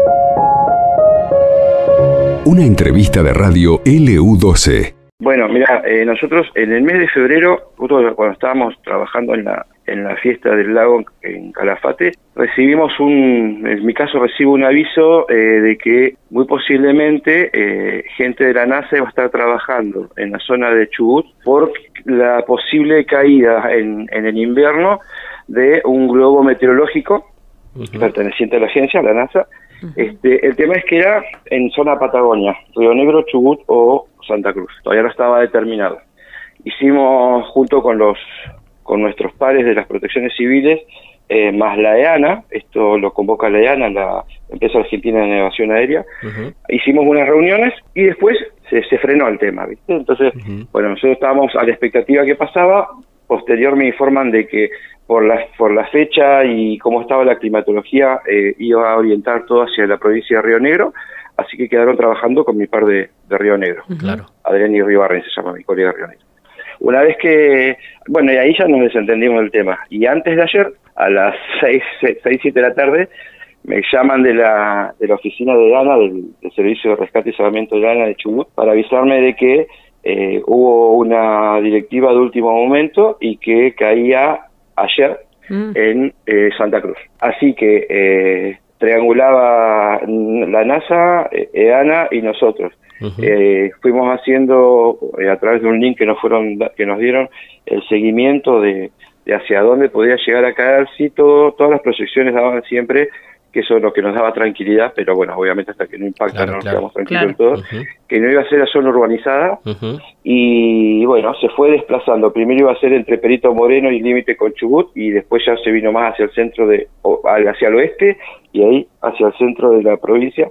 Una entrevista de radio LU12. Bueno, mira, nosotros en el mes de febrero, justo cuando estábamos trabajando en la fiesta del lago en Calafate, recibimos en mi caso recibo un aviso de que muy posiblemente gente de la NASA iba a estar trabajando en la zona de Chubut por la posible caída en el invierno de un globo meteorológico perteneciente a la agencia, a la NASA. El tema es que era en zona Patagonia, Río Negro, Chubut o Santa Cruz. Todavía no estaba determinado. Hicimos junto con nuestros pares de las protecciones civiles, más la EANA, esto lo convoca la EANA, la Empresa Argentina de Navegación Aérea, hicimos unas reuniones y después se frenó el tema, ¿viste? Entonces, bueno, nosotros estábamos a la expectativa que pasaba. Posterior me informan de que por la fecha y cómo estaba la climatología iba a orientar todo hacia la provincia de Río Negro, así que quedaron trabajando con mi par de Río Negro. Claro. Adrián Ribarren se llama mi colega de Río Negro. Una vez que, bueno, y ahí ya nos desentendimos del tema. Y antes de ayer, a las 7 de la tarde, me llaman de la oficina de ANA, del Servicio de Rescate y Salvamento de ANA de Chubut, para avisarme de que hubo una directiva de último momento y que caía ayer en Santa Cruz. Así que triangulaba la NASA, EANA y nosotros. Fuimos haciendo a través de un link que nos dieron el seguimiento de hacia dónde podía llegar a caer. Sí, todas las proyecciones daban siempre que eso es lo que nos daba tranquilidad, pero bueno, obviamente hasta que no impacta no nos quedamos tranquilos en todo, que no iba a ser la zona urbanizada, y bueno, se fue desplazando. Primero iba a ser entre Perito Moreno y límite con Chubut, y después ya se vino más hacia el centro hacia el oeste, y ahí hacia el centro de la provincia.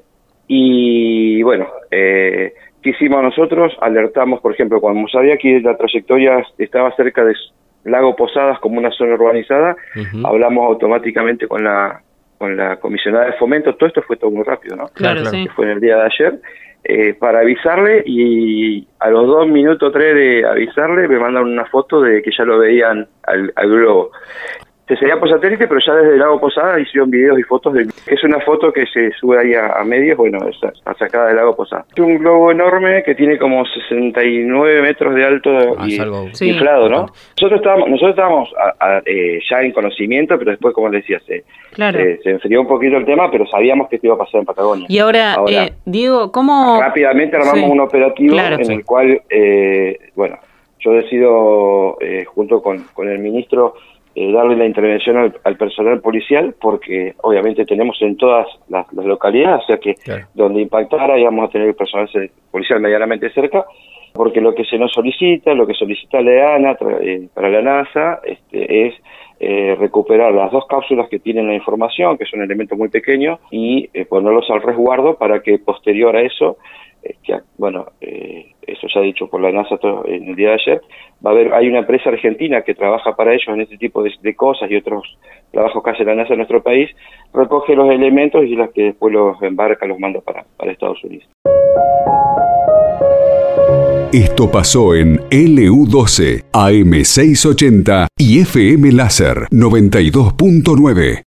Y bueno, ¿qué hicimos nosotros? Alertamos, por ejemplo, cuando sabía que la trayectoria estaba cerca de Lago Posadas como una zona urbanizada, hablamos automáticamente con la comisionada de fomento. Todo esto fue todo muy rápido, ¿no? Claro, sí. Fue en el día de ayer, para avisarle, y a los 2 minutos 3 de avisarle me mandan una foto de que ya lo veían al globo. Se seguía por satélite, pero ya desde el lago Posada hicieron videos y fotos es una foto que se sube ahí a medios, bueno, esa sacada del lago Posada. Es un globo enorme que tiene como 69 metros de alto y inflado, ¿no? Nosotros estábamos ya en conocimiento, pero después, como les decía, se enfrió un poquito el tema, pero sabíamos que esto iba a pasar en Patagonia. Y ahora Diego, ¿cómo...? Rápidamente armamos un operativo en el cual, bueno, yo decido, junto con el ministro, darle la intervención al personal policial, porque obviamente tenemos en todas las localidades, o sea que donde impactara íbamos a tener el personal policial medianamente cerca, porque lo que se nos solicita, lo que solicita la EANA para la NASA, es recuperar las 2 cápsulas que tienen la información, que es un elemento muy pequeño, y ponerlos al resguardo para que posterior a eso, eso ya dicho por la NASA en el día de ayer, hay una empresa argentina que trabaja para ellos en este tipo de cosas y otros trabajos que hace la NASA en nuestro país, recoge los elementos y las que después los embarca, los manda para Estados Unidos. Esto pasó en LU12, AM680 y FM Láser 92.9.